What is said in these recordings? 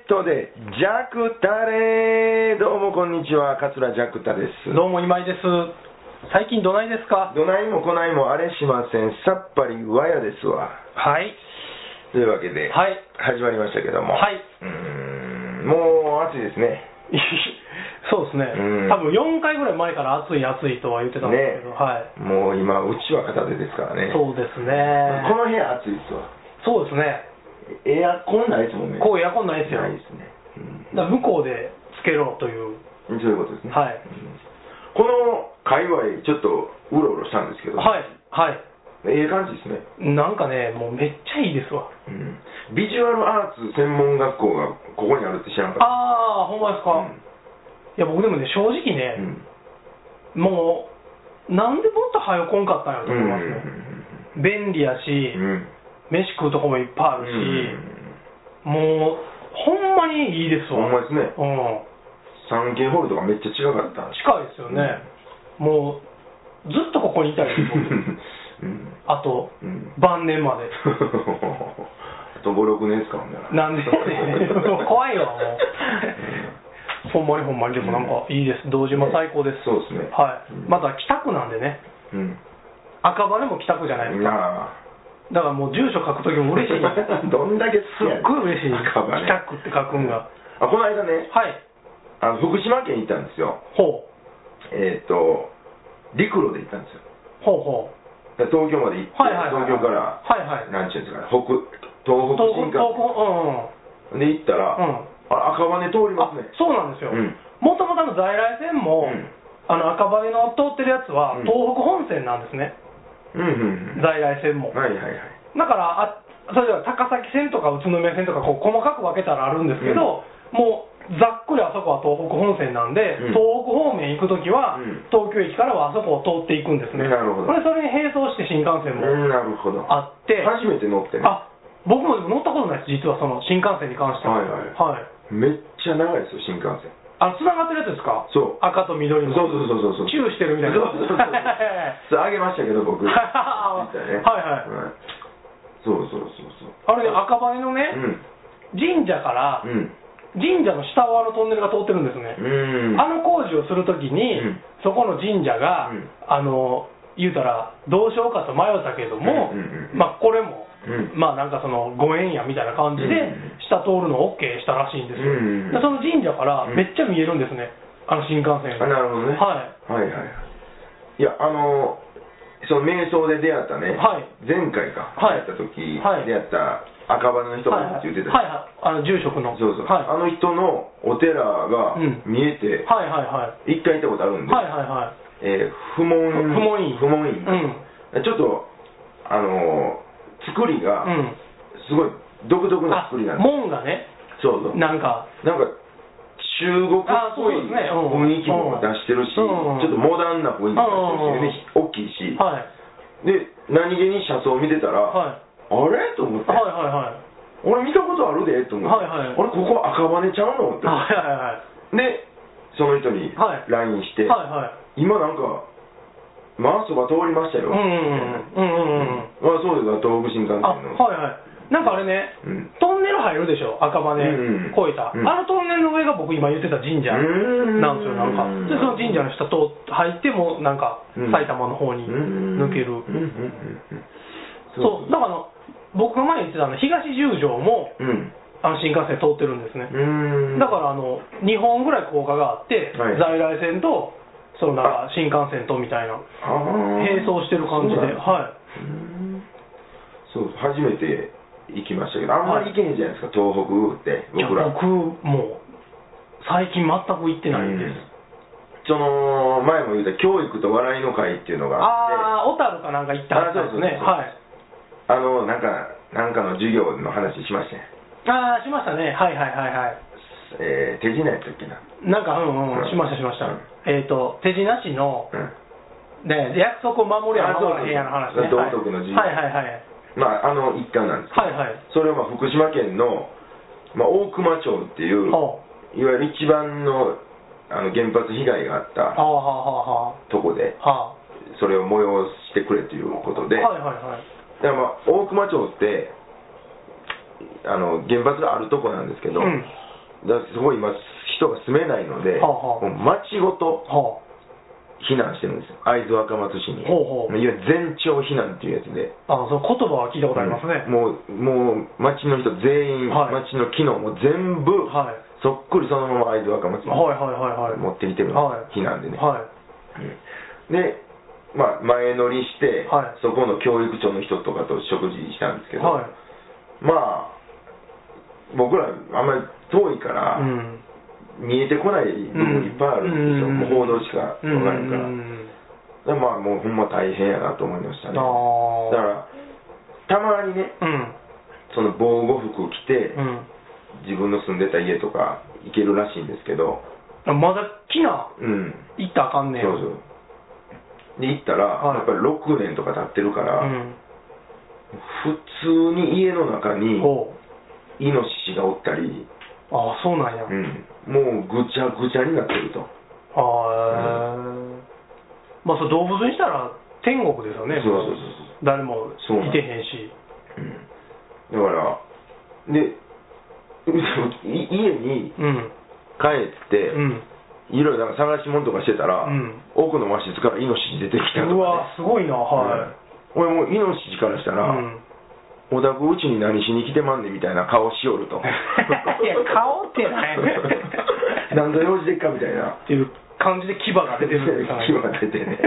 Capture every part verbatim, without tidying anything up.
トでジャクタレ。どうもこんにちは、桂ジャクタです。 どうも今井です。最近どないですか？ どないもこないもあれしません。さっぱりわやですわ。 はい。 というわけで、 はい、 始まりましたけども、 はい、 うーんもう暑いですね。 そうですね、うん、多分よんかいぐらい前から暑い暑いとは言ってたんですけど、ね、はい、 もう今うちは片手ですからね。 そうですね。 この部屋暑いですわ。 そうですね。 エアコンないですもんね。 こうエアコンないですよ。 ないですね。 うん、だ向こうでつけろという。 そういうことですね。 はい。うん、 この界隈ちょっとうろうろしたんですけど。 はいはい。 ええ感じですね。 なんかね、もうめっちゃいいですわ。 うん、ビジュアルアーツ専門学校がここにあるって知らなかった。 ああ、ほんまですか。うん、いや僕でもね、正直ね、うん、もうなんでもっと早く来んかったんやと思いますね。うん、便利やし、うん、飯食うとこもいっぱいあるし、うん、もうほんまにいいですわ。 ほんまですね。 うん。 サンケイホールとかめっちゃ近かった。 近いですよね。うん、もうずっとここにいたいです僕。うん、あと、うん、晩年まで。 あとご、ろくねんですかもんね。 なんで怖いわ、もう。ほんまにほんまに、でもなんかいいです。堂島最高です。 そうですね。 はい。また北区なんでね。うん、赤羽も北区じゃないですか。だからもう住所書くときも嬉しい。 どんだけすっごい嬉しい。北区って書くんが。 あ、この間ね、 はい。 あの福島県行ったんですよ。 ほう。 えっと、陸路で行ったんですよ。 ほうほう。 東京まで行って、はいはいはいはい、東京から、はいはい、なんちゅうんですかね、北東北新幹線、うん、で行ったら、うん、あ赤羽通りますね。 そうなんですよ。もともとの在来線も、うん、あの赤羽の通ってるやつは、うん、東北本線なんですね。うんうんうん、在来線も。はいはいはい。だからあ、それでは高崎線とか宇都宮線とかこう細かく分けたらあるんですけど、うん、もうざっくりあそこは東北本線なんで、うん、東北方面行くときは、うん、東京駅からはあそこを通っていくんですね。 なるほど。 それに並走して新幹線もあって、 初めて乗ってね。 あ、僕も乗ったことないです、実はその新幹線に関しては。はいはい。はい、 めっちゃ長いですよ、新幹線。 あの、繋がってるやつですか？ そう。 赤と緑の。 そうそうそうそう。 チューしてるみたいな。そうそうそうそう。 それあげましたけど、僕。ね、はいはい。はい、そうそうそうそう。 あれね、赤羽のね、うん、神社から、うん、神社の下をあのトンネルが通ってるんですね。うん、あの工事をするときに、うん、そこの神社が、うん、あの言うたらどうしようかと迷ったけども、うんうんうん、まあこれも、うん、まあなんかそのご縁やみたいな感じで、うん、下通るのを OK したらしいんですよ。うん、でその神社からめっちゃ見えるんですね、あの新幹線が。 あ、なるほどね。はい、はいはいはい。いや、あのその瞑想で出会ったね、はい、前回か、はい、出会った時、はい、出会った赤羽の人がって言ってた、 はいはい、はいはい、あの住職の、 そうそう、はい、あの人のお寺が見えて、うん、はいはいはい、一回行ったことあるんで、はいはいはい、えー、不問不問院、 不問院、うん、ちょっとあのー、作りがすごい独特な作りなんです。 門がね、 そうそう、 なんかなんか中国っぽい雰囲気も出してるし、ちょっとモダンな雰囲気も出してるし、大きいし、はい、で何気に車窓見てたら、はい、あれと思って、はいはいはい、俺見たことあるでと思って、はいはい、俺ここ赤羽ちゃうのって、はいはいはい、でその人に ライン して、はいはい、今なんか真そば通りましたよ、うんうんうんうん、あ、そうですか、東北新幹線の、 はいはい、なんかあれね、うん、トンネル入るでしょ、赤羽越えた、うん、あのトンネルの上が僕今言ってた神社なんですよ。なんかでその神社の下通って入ってもなんか埼玉の方に抜ける、そうだから僕が前言ってたの東十条も、うん、あの新幹線通ってるんですね。だからあのにほんぐらい高架があって、はい、在来線とそのなんか新幹線とみたいな並走してる感じで、はい、 そう初めて行きましたけど、あんまり行けへんじゃないですか、東北って僕ら。 僕もう最近全く行ってないんです。 その前も言った教育と笑いの会っていうのがあって、 ああ、小樽かなんか行ったんですね。はい。あのなんかなんかの授業の話しましたね。 ああ、しましたね。はいはいはいはい。 えー、手品やったっけな。 なんかうんうん、しましたしました。うん、えっ、ー、と手品師の、うん、ね、約束を守りや守らへんやの話ね。 道徳の授業。 はいはいはい。 まああの一環なんですけど、はいはい、それをまあ福島県のまあ大熊町っていう、いわゆる一番のあの原発被害があったとこで、それを催してくれということで、はいはいはい、だからまあ大熊町ってあの原発があるとこなんですけど、うん、 だそこ今人が住めないので、はあはあ、もう町ごと避難してるんですよ、会津若松市に。ほうほう、いわゆる全町避難っていうやつで。 あ、その言葉は聞いたことありますね。 うん、もうもう町の人全員、はい、町の機能も全部、はい、そっくりそのまま会津若松に持ってきてるんです、はい、避難でね。はい、うん、で、まあ、前乗りして、はい、そこの教育長の人とかと食事したんですけど、はい、まあ僕らあんまり遠いから、うん、見えてこない部分いっぱいあるんですよ、うん、もう報道しかわからんから、うん、だからまあもうほんま大変やなと思いましたね。だからたまにね、うん、その防護服着て、うん、自分の住んでた家とか行けるらしいんですけど、 まだ来な、うん、行ったらあかんねん。 そうそうで行ったら、はい、やっぱりろくねんとか経ってるから、うん、普通に家の中にイノシシがおったり、 ああ、そうなんや、 うん、もうぐちゃぐちゃになってると。 ああ、うん、まあそれ動物にしたら天国ですよね。そうそうそうそう、誰もいてへんし、 うん、だからで家に帰って、うん、いろいろなんか探し物とかしてたら、うん、奥の和室からイノシシ出てきたとか、ね、 うわすごいな、はい、 うん、俺もうイノシシからしたら、うん、お宅うちに何しに来てまんねんみたいな顔しよると。 いや顔ってない何の用事でっかみたいなっていう感じで牙が出てるんですか、 牙が出てね。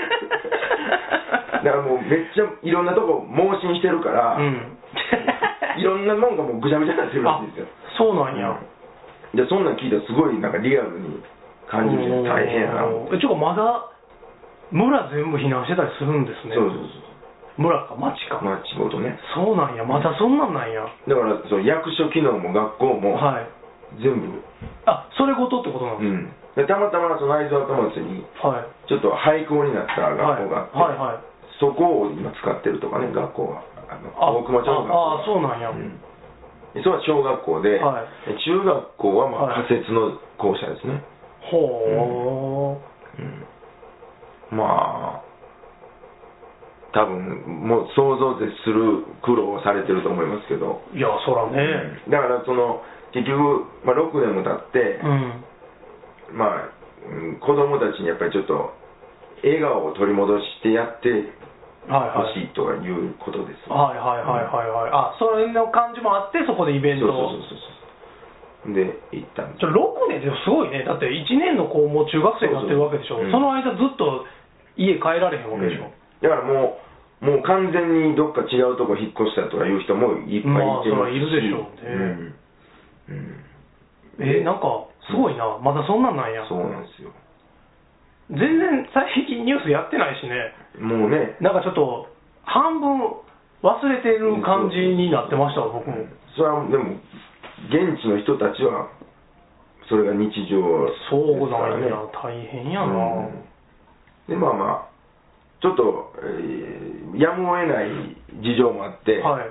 だからもうめっちゃいろんなとこ盲信してるから、うん、いろんなもんがもうぐちゃぐちゃになってるらしいんですよ。 そうなんや。 でそんなん聞いたらすごいなんかリアルに感じるし大変やな。 えちょっとまだ村全部避難してたりするんですね。 そうそうそう。 村か町か町ごとね。 そうなんや、またそんなんなんや。 だからその役所機能も学校も、はい、全部、 あ、それごとってことなんですか。うん、 でたまたまその会津若松にちょっと廃校になった学校があって、はいはいはい、そこを今使ってるとかね、学校があの大熊町の学校。 ああ、そうなんや、うん、 それは小学校で、はい、中学校はまあ仮設の校舎ですね、はい、ほう、うんうん、まあ多分もう想像絶する苦労をされてると思いますけど。 いやそらね、 うん、だからその結局、まあ、ろくねんも経って、うん、まあ、うん、子供たちにやっぱりちょっと笑顔を取り戻してやってほしいとかいうことです、ね、 はいはいはいはいはい、うん、あ、それの感じもあってそこでイベントを。 そうそうそうそうで行ったんです。 ろくねんってすごいね。だっていちねんの子も中学生になってるわけでしょ。そうそう、うん、その間ずっと家帰られへんわけでしょ、うん、だからもうもう完全にどっか違うとこ引っ越したとかいう人もいっぱいいてますし、 まあそれはいるでしょうね、うんうん、えー、なんかすごいな、まだそんなんなんや。 そうなんですよ。 全然最近ニュースやってないしね。 もうね、 なんかちょっと半分忘れてる感じになってましたわ、僕も。 それはでも現地の人たちはそれが日常ですからね。 そうなんや、大変やな、うん、 でまあまあちょっと、えー、やむを得ない事情もあって、はい、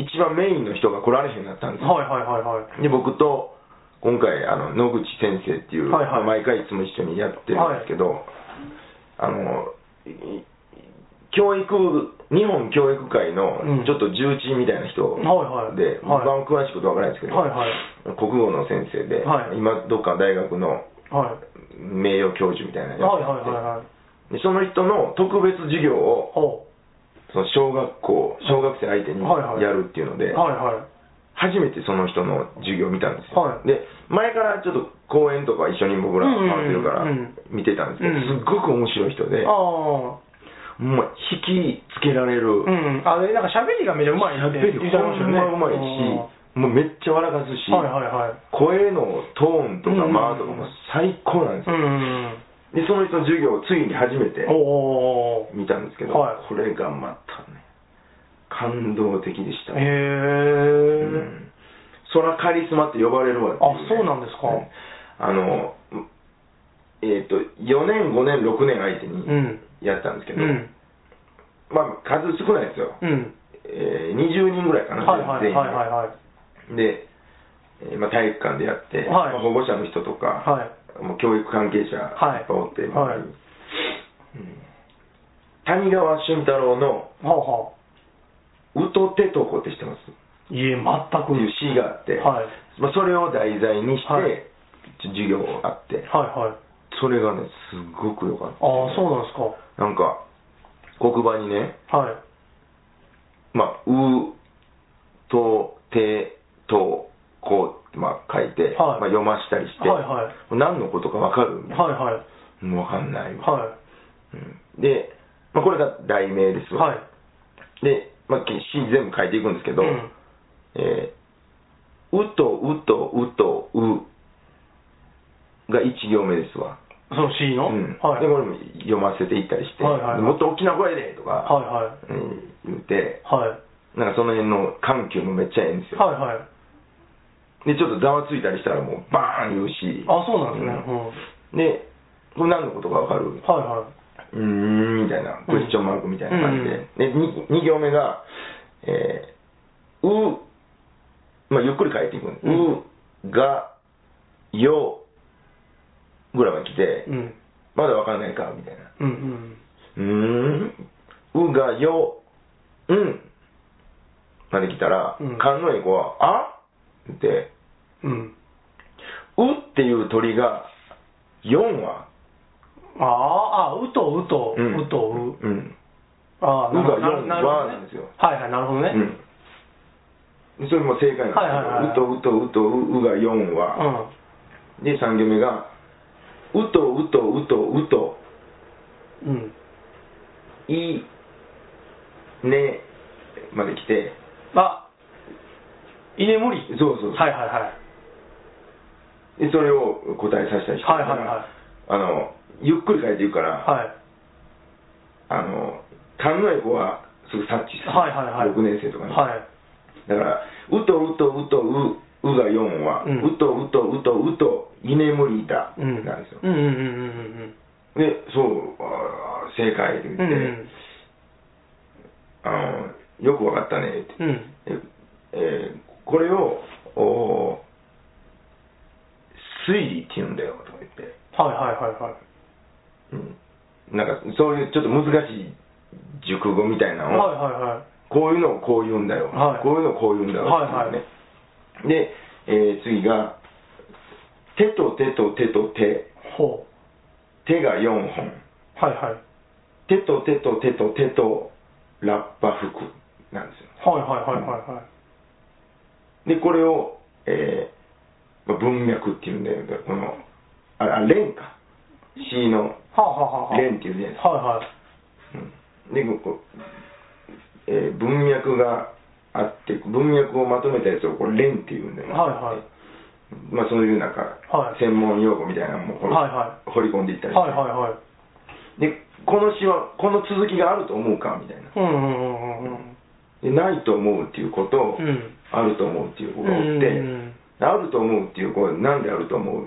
一番メインの人が来られへんようになったんですよ。はいはいはいはい、で僕と今回あの野口先生っていう、はいはい、毎回いつも一緒にやってるんですけど、はい、あの教育日本教育界のちょっと重鎮みたいな人で、うんはいはい、僕は詳しいことわからないですけど、はいはい、国語の先生で、はい、今どっかの大学の名誉教授みたいなやつがあって、はいはいはいはい、でその人の特別授業をその小学校小学生相手にやるっていうので、はいはいはい、初めてその人の授業を見たんですよ、はい、で前からちょっと講演とか一緒に僕ら回ってるから見てたんですけど、うんうん、すっごく面白い人で、あもう引きつけられる、うん、 あれなんか喋りがめちゃうまいって言ってましたよね。 ほんまうまいし、もうめっちゃ笑かすし、はいはいはい、声のトーンとか間とかも最高なんですよ、うんうん、でその人の授業をついに初めて見たんですけど、はい、これがまたね感動的でした。へえ、うん、そらカリスマって呼ばれるわっていう、ね、 あ、そうなんですか、うん、 あのえっ、ー、とよねんごねんろくねん相手に、うんやったんですけど、うん、まあ数少ないですよ、うんえー、にじゅうにんぐらいかな、はいはいはいはい、で、えーまあ、体育館でやって、はいまあ、保護者の人とか、はい、もう教育関係者いっぱいおって、はいはいうん、谷川俊太郎の「うとてとこ」って知ってます？ いえ、全く。 っていう詩があって、はい、まあ、それを題材にして、はい、授業があって、はいはい、それがね、すごく良かった、ね。 ああ、そうなんですか。 なんか、黒板にね、はい、まあ、う、と、て、と、こう、まあ、書いて、はい、まあ、読ましたりして、はいはい、何のことか分かるみたいな。はいはい、もう分かんないみたいな。はい、うん、で、まあ、これが題名ですわ。はい、で、まあ、詩全部書いていくんですけど、うん、えー、うと、うと、うと、うがいち行目ですわ。 その詩の、うん、 はい、で、これも読ませていったりして、はいはいはい、もっと大きな声でとか、はいはい、うん、言うて、はい、なんかその辺の緩急もめっちゃええんですよ。はいはい、で、ちょっとざわついたりしたらもうバーン言うし。 あ、そうなんですね。 うん、で、これ何のことかわかる？はいはい。うーん、みたいな、クエスチョンマークみたいな感じで。うん、で、に行目が、えー、う、まあ、ゆっくり書いていくんです。うん、う、が、よ、ぐらいまで来て、うん、まだわかんないかみたいな。うんうん。うーん、うがよ、んまで来たら、うん、勘のいい子は、あって、うん、うっていう鳥がよんは、 ああ、うとうと、うん、うとう。うん。ああ、うがよんはなんですよ。 はいはい、なるほどね。 うん。それも正解なんですけど、うとうとうとう、うがよんは、うん、で、さん行目が、うとうとうとうと、うん、い、ね、まで来て、 あ、居眠り。 そうそうそう。 はいはいはい。 で、それを答えさせたりして、はいはいはい。あの、ゆっくり書いていくから、はい、あの、勘のいい子はすぐ察知する。はいはいはい。ろくねん生とかに。はい。だから、うとうとうとう、うがよんは、うん、うとうとうとうと、居眠りだ、うん、なんですよ。うんうんうんうん。で、そう、正解って言って、うんうん、あの、よくわかったねって。うん、えー、これを、お推理って言うんだよとか言って。 はいはいはいはい。 うん、なんかそういうちょっと難しい熟語みたいなのを、はいはいはい、こういうのをこう言うんだよ、はい、こういうのをこう言うんだよっていうね、はいはい、で、えー、次が手と手と手と手、ほう、手がよんほん、はいはい、手と手と手と手とラッパ服なんですよ。 はいはいはいはいはい。 でこれを、えー、文脈っていうんだよ、このああ連か。C の連っていうじゃないですか。はいはい、うん、でこう、えー、文脈があって文脈をまとめたやつをこれ連っていうんだよね。はいはい、まあそういうなんか、はい、専門用語みたいなのもこれ、はいはい、掘り込んでいったりして、はいはいはい、でこの詩はこの続きがあると思うかみたいな、うんうんうんうん、でないと思うっていうことを、うん、あると思うっていう子がおって、うんうんうん、あると思うっていう子はなんであると思う、うん、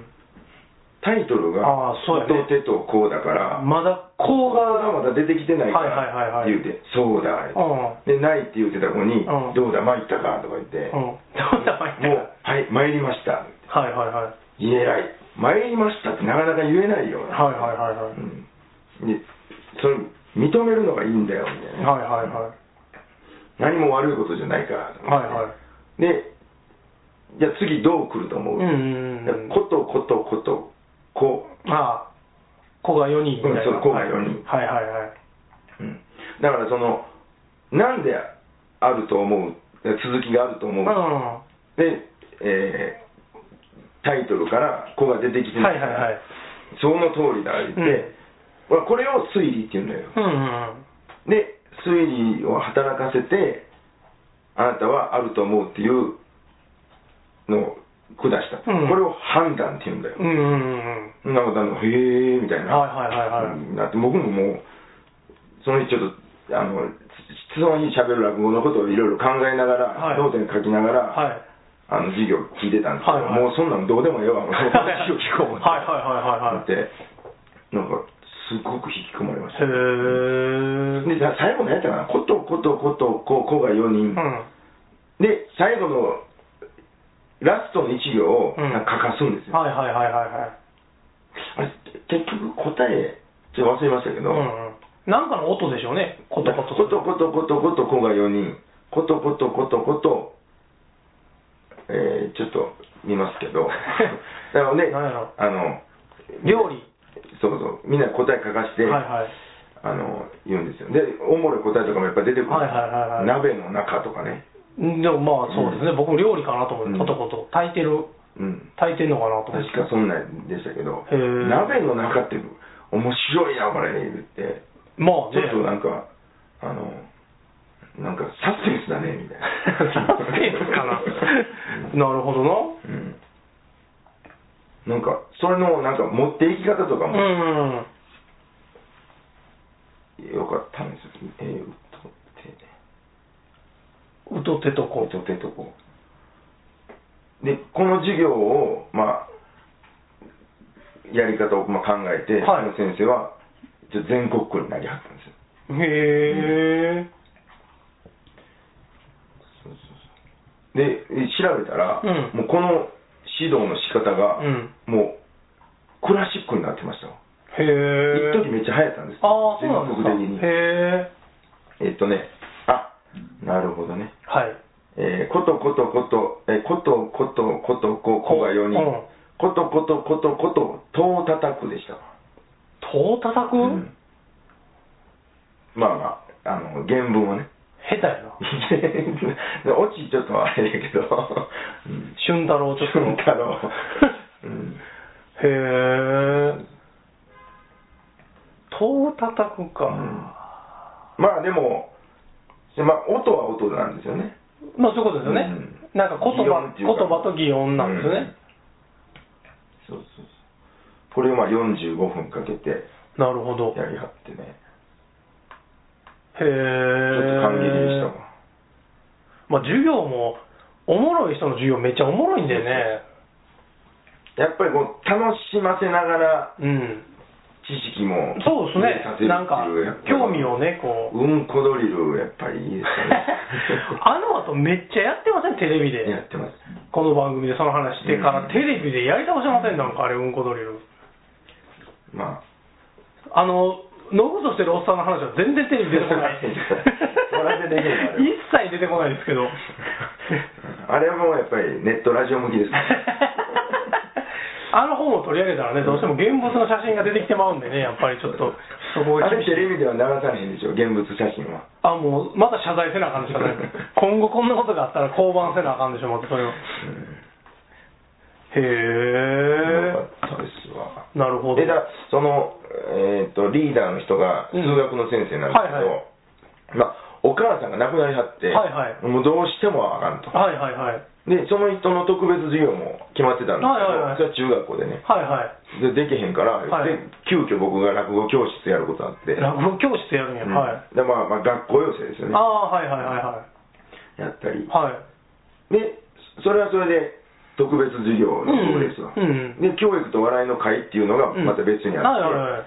タイトルが「と手とこう」だからまだこうがまだ出てきてないから言うて「そうだ」で「ない」って言ってた子に「どうだ参ったか」とか言って「もうはい参りました」はいはいはい「いえらい参りました」ってなかなか言えないよはいはいはいはい、でそれ認めるのがいいんだよみたいな、はいはいはい、何も悪いことじゃないからとか、はいはい、でじゃあ次どう来ると思う、うんうんうん、ことことことこ、 ああ、子がよにんみたいな、 うん、そう、子がよにん、 はいはいはい、 うん、だからそのなんであると思う続きがあると思う、うん、で、えー、タイトルから子が出てきてるから、はいはいはい、その通りだ言って、うん、これを推理って言うんだよ、うんうんうん、で推理を働かせてあなたはあると思うっていうのを下した、うん、これを判断って言うんだよ、うんうんうん、なんかへえみたいな、はいはいはいはい、だって僕ももうその日ちょっとあの質問にしゃべる落語のことをいろいろ考えながら、はい、ノートに書きながら、はい、あの授業聞いてたんですけど、はいはい、もうそんなのどうでもええわ、もう授業聞こうってはいはいはいはい、でなんかすごく引き込まれました、ね、へえ。で最後のやったかな、ことことことこ子がよにん、うん、で最後のラストの一行をなんか書かすんですよ、うん、はいはいはいはいはい、あれ結局答えちょっと忘れましたけど、うんうん、 なんかの音でしょうね、ことことことことことことこがよにん、ことことことことえー、ちょっと見ますけど、だからね、あの、 料理。 そうそう、みんな答え書かして、はいはい、あの、言うんですよ。で、おもろい答えとかもやっぱ出てくる。はいはいはいはい、鍋の中とかね。 でもまあそうですね、うん、僕も料理かなと思って、ことこと炊いてる、うん、炊いてんのかなと思って。 確かそんなんでしたけど、鍋の中って面白いな、これ、言って。まあね。ちょっとなんか、あの、なんかサスペンスだね、みたいな。 サスペンスかな。なるほどな。うん。 なんか、それの、なんか持っていき方とかも、うん、よかったんですよ。えー、 うとてとこ。 うとてとこ。で、この授業を、まあ、やり方をまあ考えて、はい、その先生は、全国区になりはったんですよ。へぇー。うん、そうそうそう。で、調べたら、うん、もうこの指導の仕方が、うん、もう、クラシックになってました。へぇー。一時めっちゃ流行ったんです。 ああ、そうなんですか。全国的に。へぇー。えっとね、あ、なるほどね。 はい。 えー、ことことこと、えー、ことことことこ、こがよにん、うん、ことことことこと、戸を叩くでした。 戸を叩く、うん、 まあまあ、あの、原文はね。 下手やな。 オチちょっとあれやけど。 うん、俊太郎ちょっと。 俊太郎。うん、 へぇー。戸を叩くか、うん。 まあでも、まあ、音は音なんですよね。 まあそういうことですよね。うん、なんか言葉、言葉と擬音なんですよね、うん。 そうそうそう。これをまあよんじゅうごふんかけて、 なるほど。 やりはってね。 へぇー。 ちょっと感激でしたわ。 まあ授業も、おもろい人の授業めっちゃおもろいんだよね。 やっぱりこう、楽しませながら、うん。知識もそうですね、なんか興味をね、こううんこドリルやっぱりいいですよね。 あの後めっちゃやってません、テレビで。 やってます。 この番組でその話してから、うん、テレビでやり倒しません、なんかあれ、うんこドリル。まああのノブとしてるおっさんの話は全然テレビ出てこない。一切出てこないですけど。 あれはもうやっぱりネットラジオ向きです。 あの本を取り上げたらね、どうしても現物の写真が出てきてまうんでね、やっぱりちょっと、 そこが厳しい。あれテレビでは流されへんでしょ、現物写真は。 あ、もう、また謝罪せなあかんでしょ、今後こんなことがあったら降板せなあかんでしょ、またそれを。うん、へぇー。よかったですわ。 なるほど。 で、だその、えっと、リーダーの人が数学の先生なんですけど、うん、はいはい、まあ、お母さんが亡くなりはって、はいはい、もうどうしてもあかんと。 はいはいはい。 で、その人の特別授業も決まってたんですけど、はいはいはい、それは中学校でね。はいはい。で、できへんから、はい、で、急遽僕が落語教室やることあって。 落語教室やるんや、うん、はい。 で、まあ、まあ、学校養成ですよね。 ああ、はいはいはいはい。 やったり。 はい。 で、それはそれで、特別授業のことですわ、うんうん。で、教育と笑いの会っていうのがまた別にあって、うん、はいはいはい、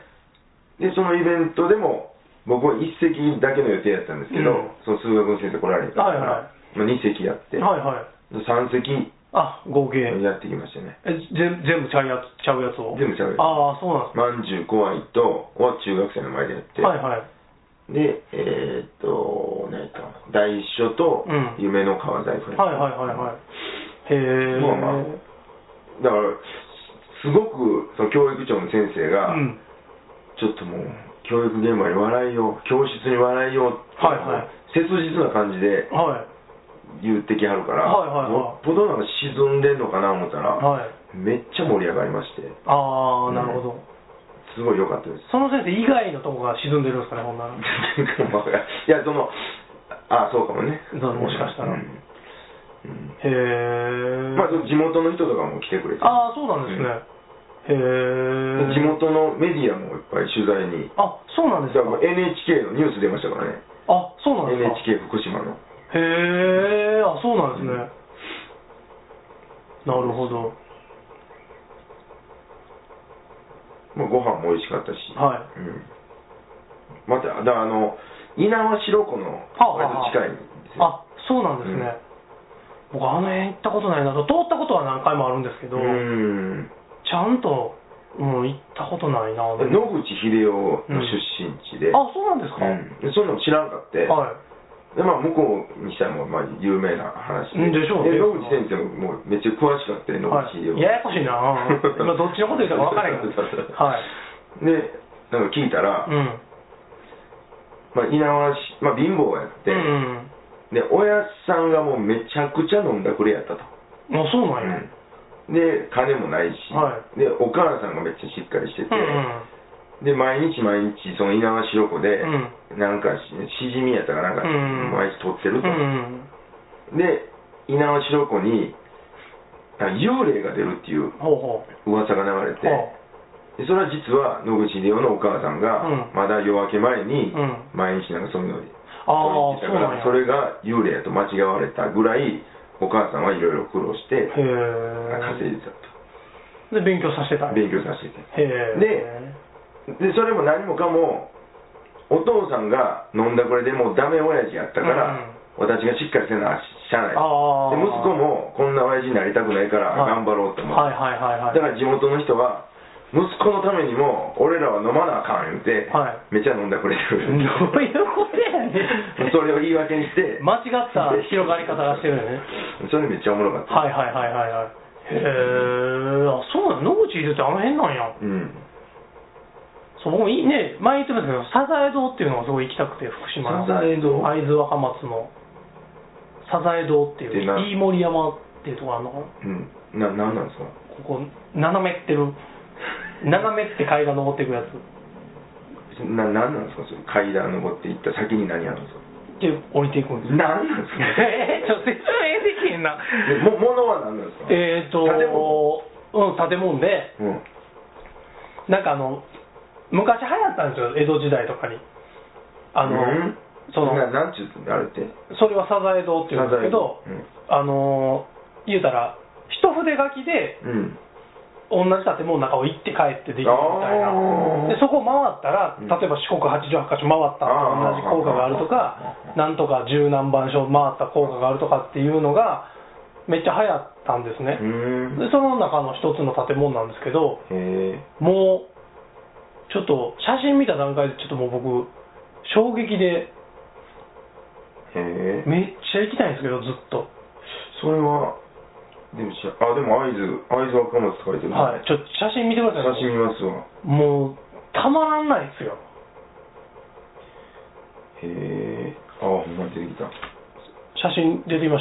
で、そのイベントでも、僕は一席だけの予定やったんですけど、うん、その数学の先生来られたから、はいはい、まあ、に席やって、はいはい、さん席、 あ、合計やってきましたね。 え、全部ちゃうやつ、ちゃうやつを全部ちゃうやつ。 ああ、そうなんですか。 まんじゅう怖いとは中学生の前でやって、はいはい。で、えー、っと、何やったかな、大書と夢の川財布、 うん、はいはいはいはい。へえ。 まあまあ、だから、すごくその教育長の先生が、うん、ちょっともう、教育現場に笑いを、教室に笑いを、はいはい、切実な感じで、はい、言ってきはるから、はいはいはい、よっぽどなんか沈んでんのかな思ったら、はい、めっちゃ盛り上がりまして。 ああ、なるほど。 すごい良かったです。 その先生以外のとこが沈んでるんですかね、ほんなら。いや、その、あ、そうかもね。 もしかしたら。うんうん、へえ。 まあ、地元の人とかも来てくれて。 ああ、そうなんですね。うん、 へえ。地元のメディアもいっぱい取材に。 あ、そうなんですか。 エヌエイチケー のニュース出ましたからね。 あ、そうなんですか。 エヌエイチケー 福島の。 へえ、あ、そうなんですね。うん、なるほど。 まあ、ご飯も美味しかったし。 はい。 うん、また、だあの、猪苗代湖の割と近いんですよ。 あ、そうなんですね。うん、僕、あの辺行ったことないなと、通ったことは何回もあるんですけど、うんちゃんと、うん、行ったことないな。 野口英世の出身地で、 うん、あ、そうなんですか。 うん、そんなの知らんかって、はい、 でまあ向こうにしたらもうまあ有名な話で、 でしょうね。 野口先生ももうめっちゃ詳しかったよ、野口秀夫。 ややこしいな。今どっちのこと言ったか分からへん。はい。 で、なんか聞いたら、まあ稲葉市、まあ貧乏やって、で、親さんがもうめちゃくちゃ飲んだくれやったと。 あ、そうなんや。 で、金もないし、で、お母さんがめっちゃしっかりしてて、で、毎日毎日、その猪苗代湖で、なんかし、しじみやったかなんか、毎日取ってると。で、猪苗代湖に、幽霊が出るっていう噂が流れて、でそれは実は野口英世のお母さんが、まだ夜明け前に、毎日なんかそういうので、取ってたから、それが幽霊やと間違われたぐらい、お母さんはいろいろ苦労して、稼いでたと。 で、勉強させてた勉強させてて。で、で、それも何もかも、お父さんが飲んだくれでもうダメ親父やったから、うん、私がしっかりせなしゃあない。で、息子もこんな親父になりたくないから頑張ろうと思って。だから地元の人は、息子のためにも俺らは飲まなあかん言うて、はい、めっちゃ飲んだくれる。 どういうことやねん。 それを言い訳にして。 間違った広がり方がしてるよね。 それめっちゃおもろかった。 はいはいはいはいはい。へえ、あ、そうなの。野口英世ってあの辺なんや。うん。そう、僕もいいね、前言ってましたけど、サザエ堂っていうのがすごい行きたくて、福島の。 サザエ堂会津若松の。サザエ堂っていう、飯盛山っていうところあるのかな。 うん。な、なんなんですかここ、斜めってる。斜めって階段登っていくやつ。 な、なんなんですかそれ階段登っていった先に何あるんですかで、降りていくんです。 なんなんですかえー、ちょっと説明できへんな。 も、物は何なんですかえっと、建物うん、建物で、うん、なんかあの、昔流行ったんですよ、江戸時代とかに。あの、うん、その、 ななんちゅうあれって。 それはサザエ堂っていうんですけど、うん、あの、言うたら、一筆書きで、うん、同じ建物の中を行って帰ってできるみたいな。で、そこを回ったら、例えば四国はちじゅうはちかしょ回ったと同じ効果があるとか、なんとか十何番所回った効果があるとかっていうのが、めっちゃ流行ったんですね。で、その中の一つの建物なんですけど、もう、ちょっと写真見た段階でちょっともう僕衝撃でへめっちゃ行きたいんですけどずっと。 それはでもあでも会津会津若松って書いてる、 はい、ちょっと写真見てください。 写真見ますわ。 もうたまらんないですよ。 へえ、あほんまに出てきた。 写真出てきました。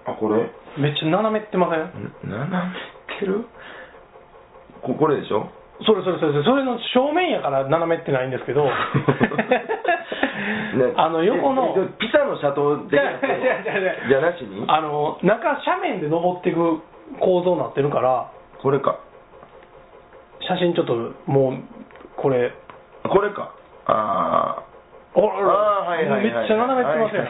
あこれめっちゃ斜めってません？ 斜めってる？ここれでしょ？ それそれそれそれの正面やから斜めってないんですけど、ね、あの横のピサの斜塔でじゃなしにあの中斜面で登っていく構造になってるから。 これか写真ちょっともうこれこれかあああはいはいはいめっちゃ斜めってます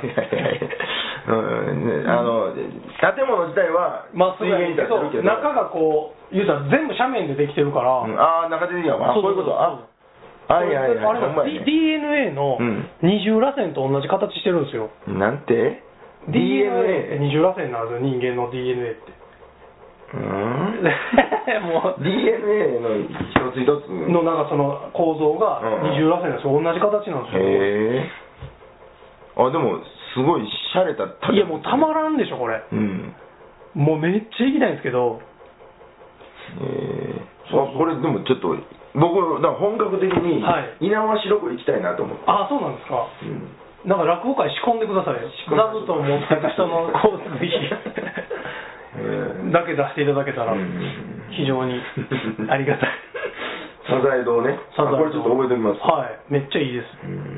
ね。あの建物自体はまっすぐに立ってるけど中がこう言うたら全部斜面でできてるから、 うん、ああ中でいいやわそういうことあはいはいはい、 あれ ディーエヌエー の二重らせんと同じ形してるんですよ。 なんてディーエヌエー って二重らせんなんですよ、人間の ディーエヌエー って。 うんもう ディーエヌエー の一つ一つのなんかその構造が二重らせんですよ、同じ形なんですよ。 へえ。あでもすごいシャレたいやもうたまらんでしょこれ、うん、もうめっちゃ行きたいんですけど。 へえ。あこれでもちょっと僕だから本格的に猪苗代湖行きたいなと思って。 ああそうなんですか、うん、なんか落語会仕込んでくださいよ。座布団持ってた人の交通費だけ出していただけたら非常にありがたい。 サザエ堂ね。これちょっと覚えておきます。 はいめっちゃいいです。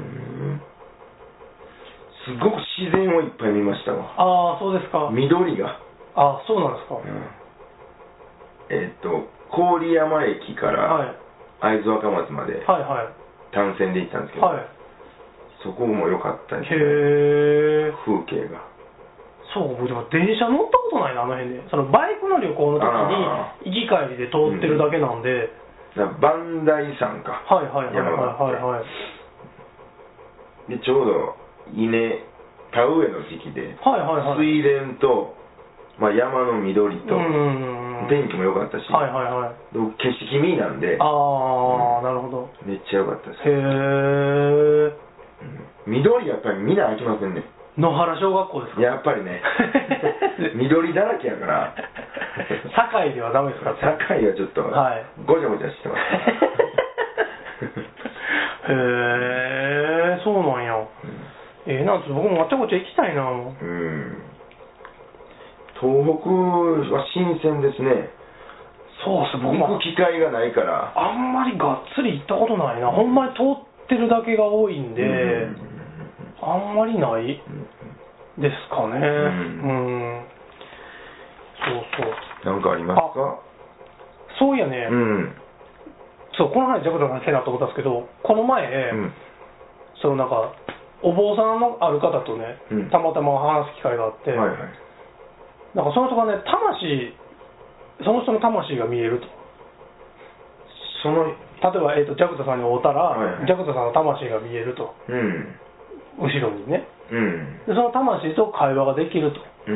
すごく自然をいっぱい見ましたわ。 ああそうですか。 緑がああそうなんですか、うん、 えっと郡山駅から会津若松まで単線で行ったんですけど、はいはい、そこも良かったですね。へえ。風景がそう僕でも電車乗ったことないなあの辺で。そのバイクの旅行の時に行き帰りで通ってるだけなんで、 うん、磐梯山かはいはいはいはいはいはい。 でちょうど稲田植えの時期で、はいはいはい、水田と、まあ、山の緑と天気も良かったし、はいはいはい、景色見なんで、 ああ、うん、なるほど。 めっちゃ良かったです。 へえ、 うん、 緑やっぱりみんな飽きませんね。 野原小学校ですか？ やっぱりね緑だらけやから堺ではダメですか？ 堺はちょっとごちゃごちゃしてますへえ、そうなんや。えー、なんつ僕もあちゃこちゃ行きたいな。うん。 東北は新鮮ですね。 そうっす、僕も行く機会がないから。 あんまりがっつり行ったことないな。ほんまに通ってるだけが多いんで、うん、あんまりないですかね。うん。うん、そうそう。 なんかありますか？ そういやね。うん。そう、この話ジャクダさんせなと思ったんですけど、この前、うん、そのなんかお坊さんのある方とね、うん、たまたま話す機会があって、はいはい、なんかその人がね、魂、その人の魂が見えると。その例えば、えーと、ジャクダさんに会うたら、はいはい、ジャクダさんの魂が見えると、うん、後ろにね、うん、でその魂と会話ができると、うん、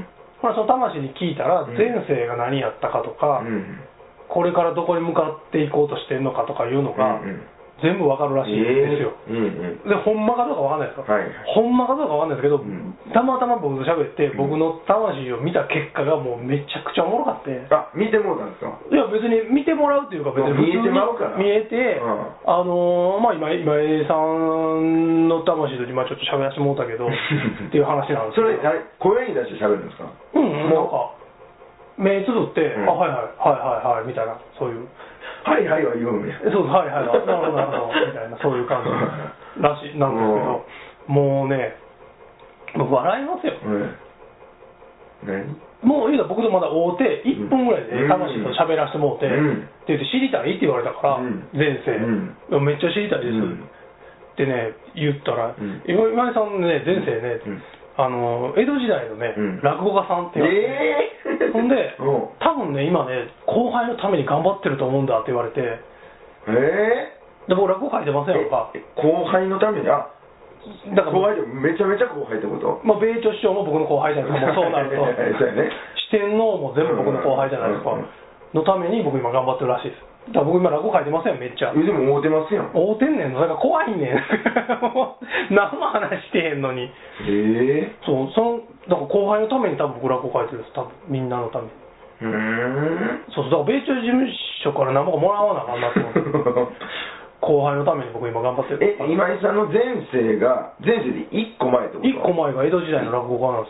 ほらその魂に聞いたら、前世が何やったかとか、うん、これからどこに向かっていこうとしてるのかとかいうのが、うんうん、全部わかるらしいんですよ、えーうんうん、でほんまかどうかわかんないですか、はい、ほんまかどうかわかんないですけど、うん、たまたま僕と喋って僕の魂を見た結果がもうめちゃくちゃおもろかって。 あ、見てもらったんですか？ いや別に見てもらうっていうか、別に見えてまうから見えて、うん、あのー、まあ今今 A さんの魂と今ちょっと喋らせてもらったけどっていう話なんですけど。 それ声に出して喋るんですか？ うん、なんか目つぶって、うん、あ、はいはいはいはいはいみたいな、そういうはいはいは言うんや。 そう、はいはい、なるほどなるほどみたいな、そういう感じらしいなんですけど、もうね、僕笑いますよ。うん、何？もう言うたら僕とまだ会うていっぷんぐらいで魂と喋らせてもうて、うん、って言って知りたいって言われたから、うん、前世、うん、めっちゃ知りたいです、うん、ってね言ったら、うん、今井さんのね前世ね、うん、あの江戸時代のね、うん、落語家さんって言われて、えー、ほんで、うん、多分ね今ね後輩のために頑張ってると思うんだって言われて、えー、で僕落語書いてませんよか。 後輩のために、あ、だから後輩でめちゃめちゃ後輩ってこと？ まあ米朝首相も僕の後輩じゃないですか。もうそうなるとそうやね、四天王も全部僕の後輩じゃないですか、うんうんうん、のために僕今頑張ってるらしいです。だから僕今落語書いてませんよ、めっちゃ。 え、でも会うてますやん。 会うてんねんの、だから怖いねん何も話してへんのに。へえー、そう、そのだから後輩のために多分僕落語書いてるんです、多分みんなのために。うーん、そうそう、だから米朝事務所から何もかもらわなあかんなと思って後輩のために僕今頑張ってる。 え、今井さんの前世が前世でいっこまえってこと？ いっこまえが江戸時代の落語家なんです。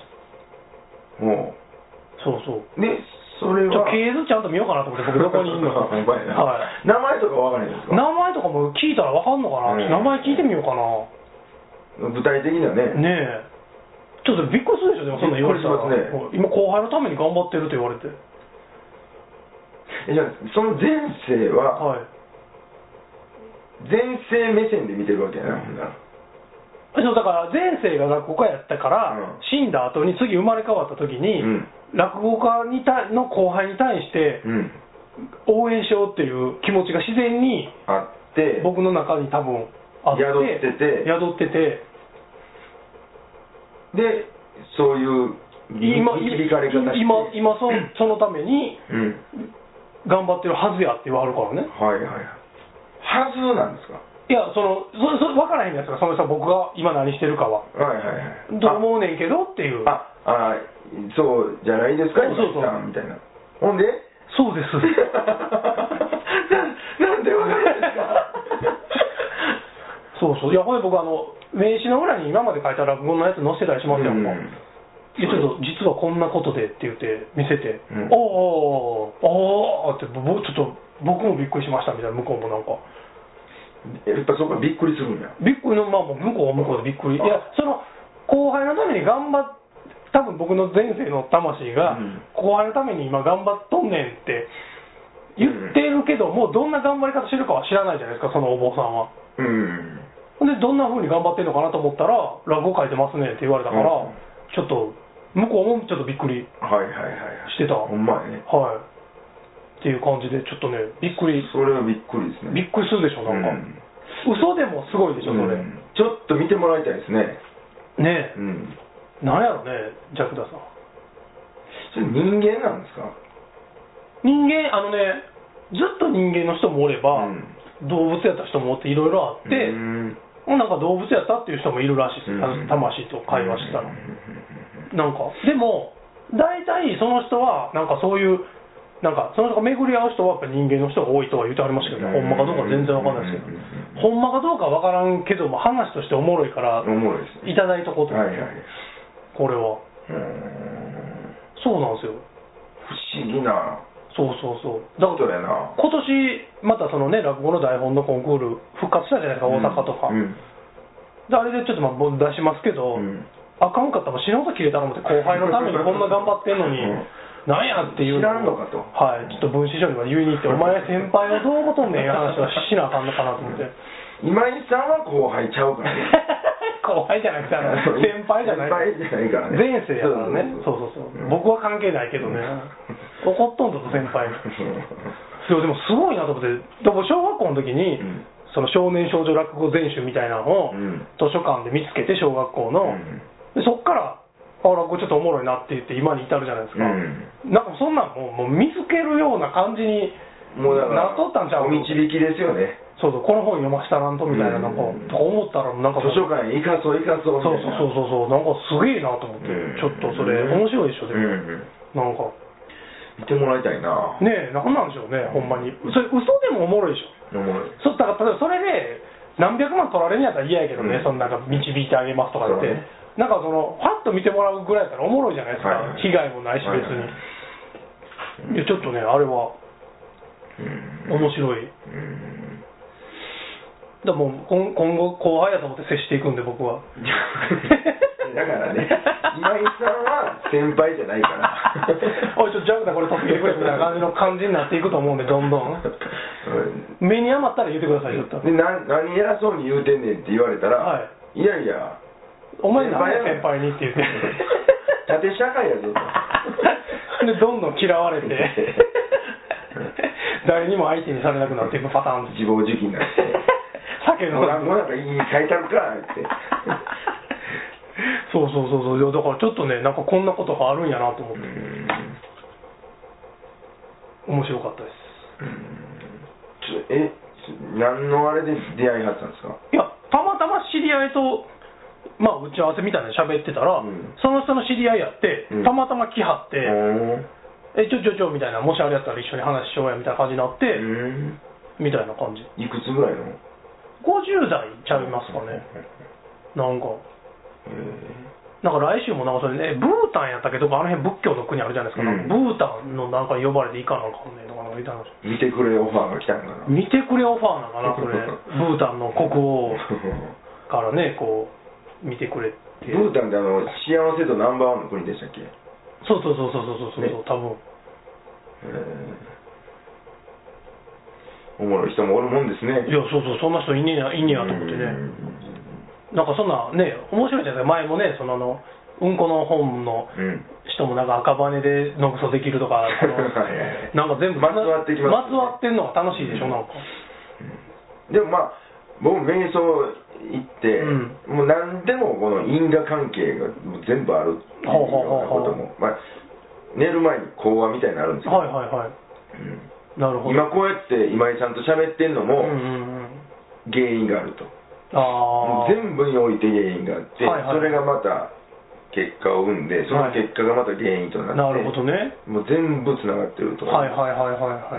もうそうそうで、それは系図ちゃんと見ようかなと思って、僕どこにいるのかはい、 名前とかわからないんですか？ 名前とかも聞いたらわかんのかな、うん、名前聞いてみようかな。 具体的にはねねえ、ちょっとびっくりするでしょ。でもそんな言われたら、ね、今後輩のために頑張ってると言われて。 え、じゃあその前世は、はい、前世目線で見てるわけやな、ほんなら。 そうだから前世が落語家やったから、うん、死んだ後に次生まれ変わった時に、うん、落語家にたの後輩に対して応援しようっていう気持ちが自然にあって僕の中に多分あって宿ってて宿っててでそういう今導かれ方して今今そそのために頑張ってるはずやって言わはるからね。 はいはいはい。はずなんですか？ いや、そのそそ分からへんやつが、その人僕が今何してるかは。はいはいはい。と思うねんけどっていう。 ああ、そうじゃないですか、 そうそうみたいな。ほんでそうです。な, なんで分かるんですかそうそう。いや、ほんで僕、あの、名刺の裏に今まで書いた落語のやつ載せてたりしますよ、うん、いやちょっと、実はこんなことでって言って、見せて、うん、おー、おーって、僕、ちょっと、僕もびっくりしましたみたいな、向こうもなんか。 やっぱそこはびっくりするんや。 びっくりの、まあ、向こうは向こうでびっくり。いや、その、後輩のために頑張っ、多分僕の前世の魂が、うん、後輩のために今頑張っとんねんって言ってるけど、うん、もうどんな頑張り方してるかは知らないじゃないですか、そのお坊さんは。うん。で、どんな風に頑張ってるのかなと思ったら、落語書いてますねって言われたから、うん、ちょっと、向こうもちょっとびっくりしてた。 ほんまやね。 はい。っていう感じで、ちょっとね、びっくり。 それはびっくりですね。 びっくりするでしょ、なんか。うん、嘘でもすごいでしょ、それ、うん。 ちょっと見てもらいたいですね。 ねえ。うん、なんやろね、ジャクダさん。 それ人間なんですか？ 人間、あのね、ずっと人間の人もおれば、うん、動物やった人もおっていろいろあって、 なんか動物やったっていう人もいるらしいです、うん、魂と会話したら、なんかでも大体その人はなんかそういうなんかその人が巡り合う人はやっぱ人間の人が多いとは言ってありましたけど、ね、ほんまかどうか全然わかんないですけど、ほんまかどうかわからんけども話としておもろいからいただいとこうと思って、はいはい、これはそうなんですよ、 不思議な、 そうそうそう、だからな今年またそのね落語の台本のコンクール復活したじゃないですか、大阪とか、うんうん、であれでちょっとまあ出しますけど、うん、あかんかったら死ぬほど切れたと思って、後輩のためにこんな頑張ってんのに、うん、なんやっていう知らんのかと、 はい、ちょっと分子書には言いに行って、お前先輩をどう思とんねんいう話はしなあかんのかなと思って。 今井さんは後輩ちゃうからね。 後輩じゃなくて、あの先輩じゃない。 先輩じゃないからね。 前世やからね。そうそうそう。うん、僕は関係ないけどね。怒っとんだと先輩に。いやでもすごいなと思って。でも小学校の時に、うん、その少年少女落語全集みたいなのを、うん、図書館で見つけて小学校の、うん、でそっからあ落語ちょっとおもろいなって言って今に至るじゃないですか。うん、なんかそんなんもう、もう見つけるような感じになっとったんちゃう。 お導きですよね。 そうそう、この本読ましたらんとみたいな、なんか、うん、とか思ったら、なんか、 図書館に行かそう、行かそうみたいな。 そうそうそうそう、なんかすげえなと思って、うん、ちょっとそれ、面白いでしょ、でも、うん、なんか。 見てもらいたいな。 ねえ、なんなんでしょうね、ほんまに。それ、嘘でもおもろいでしょ。 おもろい。 そう、だから、例えばそれで、何百万取られるんやったら嫌やけどね、うん、そのなんか、導いてあげますとか言って、ね、なんかその、ファッと見てもらうぐらいやったらおもろいじゃないですか、はいはい、被害もないし、別に。はいはい、いや、ちょっとね、あれは、うん、面白い。うんだもう今後後輩やと思って接していくんで僕はだからね今井さんは先輩じゃないからおいちょっとジャンクだこれ助けてくれみたいな感じの感じになっていくと思うんでどんどん目に余ったら言ってくださいよとでな何偉そうに言うてんねんって言われたら、はい、いやいやお前何や先輩にって言って縦社会やぞとでどんどん嫌われて誰にも相手にされなくなっていくパターン自暴自棄になって酒のなんかいい書いてあるかってそうそうそうそうだからちょっとねなんかこんなことがあるんやなと思って面白かったですちょえ何のあれで出会いはったんですか。 いやたまたま知り合いとまあ打ち合わせみたいなの喋ってたら、うん、その人の知り合いやって、うん、たまたま来はって、うん、えちょちょちょみたいなもしあれやったら一緒に話しようやみたいな感じになって、うん、みたいな感じ。 いくつぐらいのごじゅう代ちゃいますかね。なんか、なんか来週もなんかそれね、ブータンやったけど、あの辺仏教の国あるじゃないですか、うん、ブータンのなんか呼ばれていかなあかんねんとかなんか言った話。 見てくれオファーが来たんかな。 見てくれオファーなんかな、それ。ブータンの国王からね、こう、見てくれって。 ブータンってあの、幸せ度ナンバーワンの国でしたっけ。 そうそうそうそうそうそう、ね、多分。 おもろい人もおるもんですね。 いや、そうそう、そんな人いねえや、いねえやと思ってね。なんかそんなね、面白いじゃないですか、前もね、そのあの、うんこの本の人もなんか赤羽でのぐそできるとか、なんか全部まつわってきます、ね。 まつわってんのが楽しいでしょ、なんか。 うん、でもまあ、僕、瞑想行って、うん、もう何でもこの因果関係が全部あるっていうようなことも、まあ、寝る前に講話みたいになるんですよ。 はいはいはい。うんなるほど今こうやって今井さんと喋ってんのも原因があると、あ全部において原因があって、はいはい、それがまた結果を生んでその結果がまた原因となって、 はい、なるほどねもう全部つながってると思います。 はいはいはいはいはい、うん、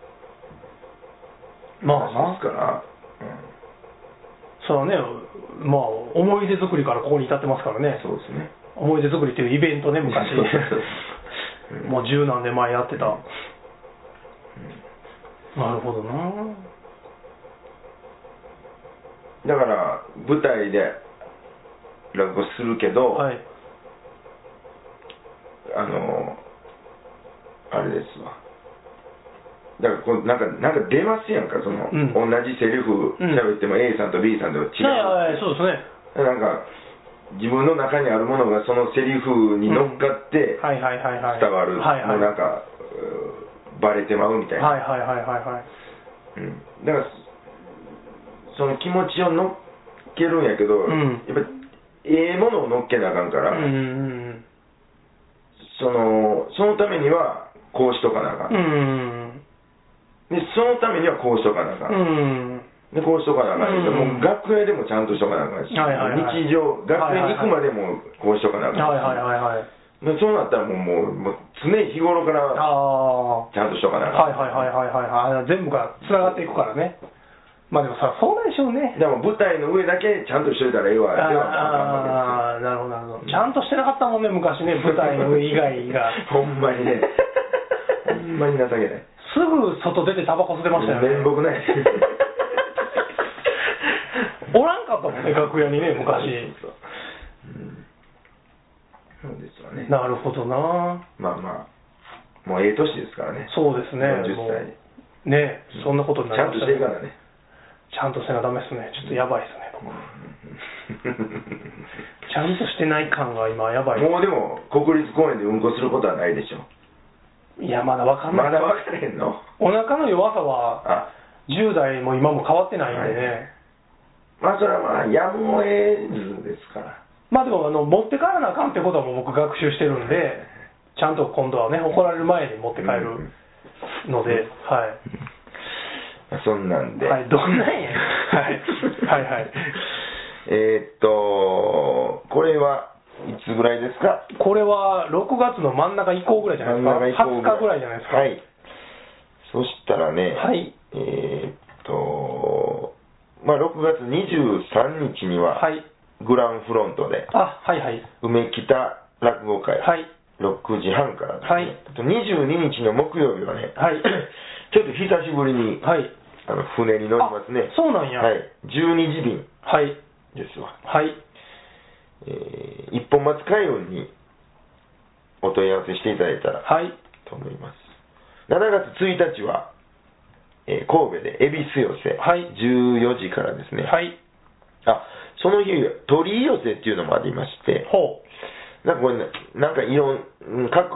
まあですから、うん、 そうねまあ思い出作りからここに至ってますからね。 そうですね思い出作りっていうイベントね昔もう十何年前やってた、うんなるほどな。 だから舞台で落語するけど、はい、あのあれですわ。だからこうなんかなんか出ますやんかその、うん、同じセリフ喋っても A さんと B さんでは違う。 はいはいそうですね。 なんか自分の中にあるものがそのセリフに乗っかって伝わる。もうなんか。バレてまうみたいな。 はいはいはいはいはい。 うん。だからその気持ちを乗っけるんやけど、うん、やっぱええものを乗っけなあかんから、うんうんうん、そのそのためにはこうしとかなあかん。うんうん、でそのためにはこうしとかなあかん。うん、 でこうしとかなあかんけど、もう学園でもちゃんとしとかなあかんし、日常、学園に行くまでもこうしとかなあかんし、はいはいはいはい、でそうなったらもう、もう、もう常日頃からちゃんとしとかなあかん。 はいはいはいはいはい、全部がつながっていくからね。まあでもさ、そうなんでしょうね。 でも舞台の上だけちゃんとしといたらええわ、ではああ、なるほどなるほど。ちゃんとしてなかったもんね、昔ね、舞台の上以外が。 ほんまにね。ほんまに情けない。 すぐ外出てタバコ吸ってましたよね。 面目ない。 おらんかったもんね、楽屋にね、昔。そうそうですわね。 なるほどな。 まあまあ、もうええ年ですからね。 そうですね。 よんじゅっさい。 ね、そんなことになりましたね。 ちゃんとしていかなね。 ちゃんとせなダメですね。ちょっとやばいですね、僕。ちゃんとしてない感が今やばい。 もうでも、国立公園でうんこすることはないでしょ。 いや、まだわかんない。 まだわかれへんの？ お腹の弱さは、じゅう代も今も変わってないんでね。はい、 まあそれはまあ、やむを得ずですから。 まあでもあの、持って帰らなあかんってことはもう僕学習してるんで、ちゃんと今度はね、怒られる前に持って帰るので、うん、はい。 そんなんで。 はい、どんなんや。はい。はいはい。 えーっと、これはいつぐらいですか？ これはろくがつの真ん中以降ぐらいじゃないですか。はつかぐらいじゃないですか。 はい。そしたらね、 はい。 えーっと、まあろくがつにじゅうさんにちには、はい。グランフロントで、 あ、はいはい。 梅北落語会、はい。ろくじはんからですね。はい。あとにじゅうににちの木曜日はね、はい。ちょっと久しぶりに、はい。あの船に乗りますね。 そうなんや。 はい。じゅうにじびん。はい。ですわ。はい。えー、一本松海運にお問い合わせしていただいたら、はい。と思います。しちがつついたちは、えー、神戸で恵比寿寄せ、はい。じゅうよじからですね。はい。あ、その日、鳥居寄せっていうのもありまして、ほう。なんかこれ、ね、なんかいろん、各、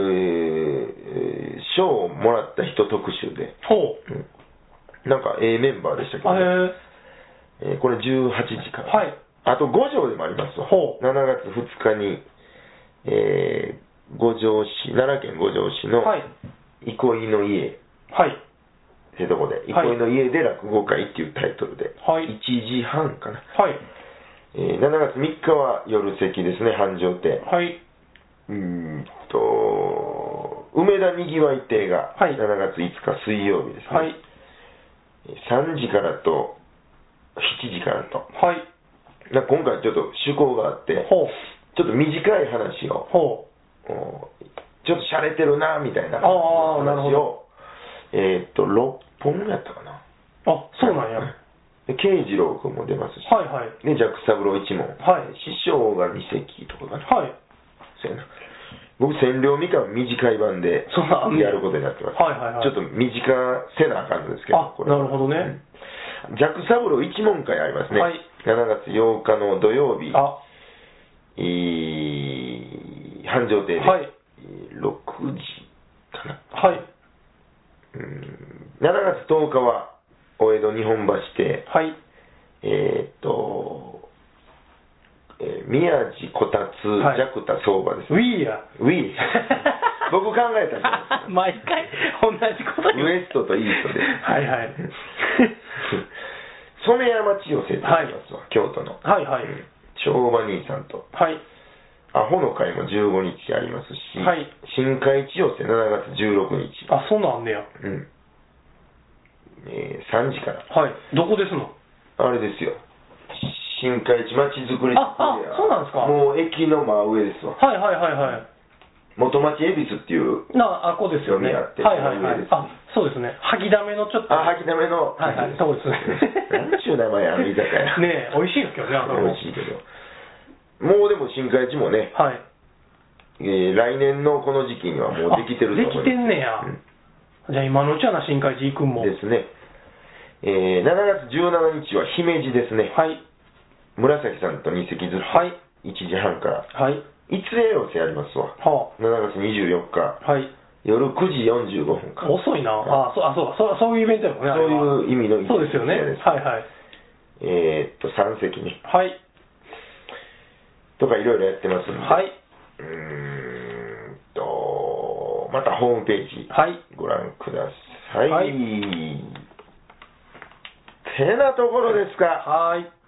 賞をもらった人特集で、ほう。うん、なんか、ええメンバーでしたけど、ね、えー、これじゅうはちじから。はい。あと、五条でもありますわ。ほう。しちがつふつかに、えー、五条市、奈良県五条市の、はい。憩いの家。はい。ってとこで、憩いの家で落語会っていうタイトルで、はい。いちじはんかな。はい。えー、しちがつみっかは夜席ですね、繁盛亭。はい。うーんと、梅田にぎわい亭が、はい。しちがついつか水曜日ですね。はい。さんじからとしちじからと。はい。今回ちょっと趣向があって、ほう。ちょっと短い話を、ほう。ちょっと洒落てるな、みたいな話を、えー、っと、ろっぽんやったかな。あ、そうなんや。で慶次郎君も出ますし、はいはい。で、ジャック三郎一門。はい。師匠がに席とかかな。はい。そうやな。僕、千両みかん短い版でやることになってます。はいはいはい。ちょっと短せなあかんのですけど、これ。なるほどね。うん、ジャック三郎一門会ありますね。はい。しちがつようかの土曜日。あ。い繁盛亭で。はい。ろくじかな。はい。うん。しちがつとおかは、お江戸日本橋亭。はい。えー、っと、えー、宮地こたつ、はい、ジャクタ相場です、ね。ウィーや。ウィー。僕考えたんです。毎回同じこと言う。ウエストとイーストで。はいはい。染山千代瀬って言いますわ、はい、京都の。はいはい。昭和兄さんと。はい。アホの会もじゅうごにちありますし、はい。新海千代瀬しちがつじゅうろくにち。あ、そんなんあんねや。うん。えー、さんじから。はい。どこですの？あれですよ。新海地まちづくり。あ、あ、そうなんですか。もう駅の真上ですわ。はいはいはいはい。元町恵比寿っていう。な、あ、こうですよね。はいはいはい。あ、そうですね。吐きだめのちょっと。あ、吐きだめの。はいはい。そうですね。何ちゅう名前あの居酒屋。ねえ、美味しいですけどね、あの。美味しいけど。もうでも新海地もね。はい。えー、来年のこの時期にはもうできてると思います。できてんねや。うん、じゃあ今のうちはな、新海地行くんも。ですね。えー、しちがつじゅうしちにちは姫路ですね。はい。紫さんとにせきずつ。はい。いちじはんから。はい。いつえ寄せやりますわ。はあ。しちがつにじゅうよっか。はい。夜くじよんじゅうごふんか。遅いな。ああ、そう、あ、そう、そういうイベントやもんね。そういう意味のイベント。そうですよね。はいはい。えー、っと、さんせきに。はい。とかいろいろやってますんで。はい。うーんと、またホームページ。はい。ご覧ください。はい。 てなところですか。 はい。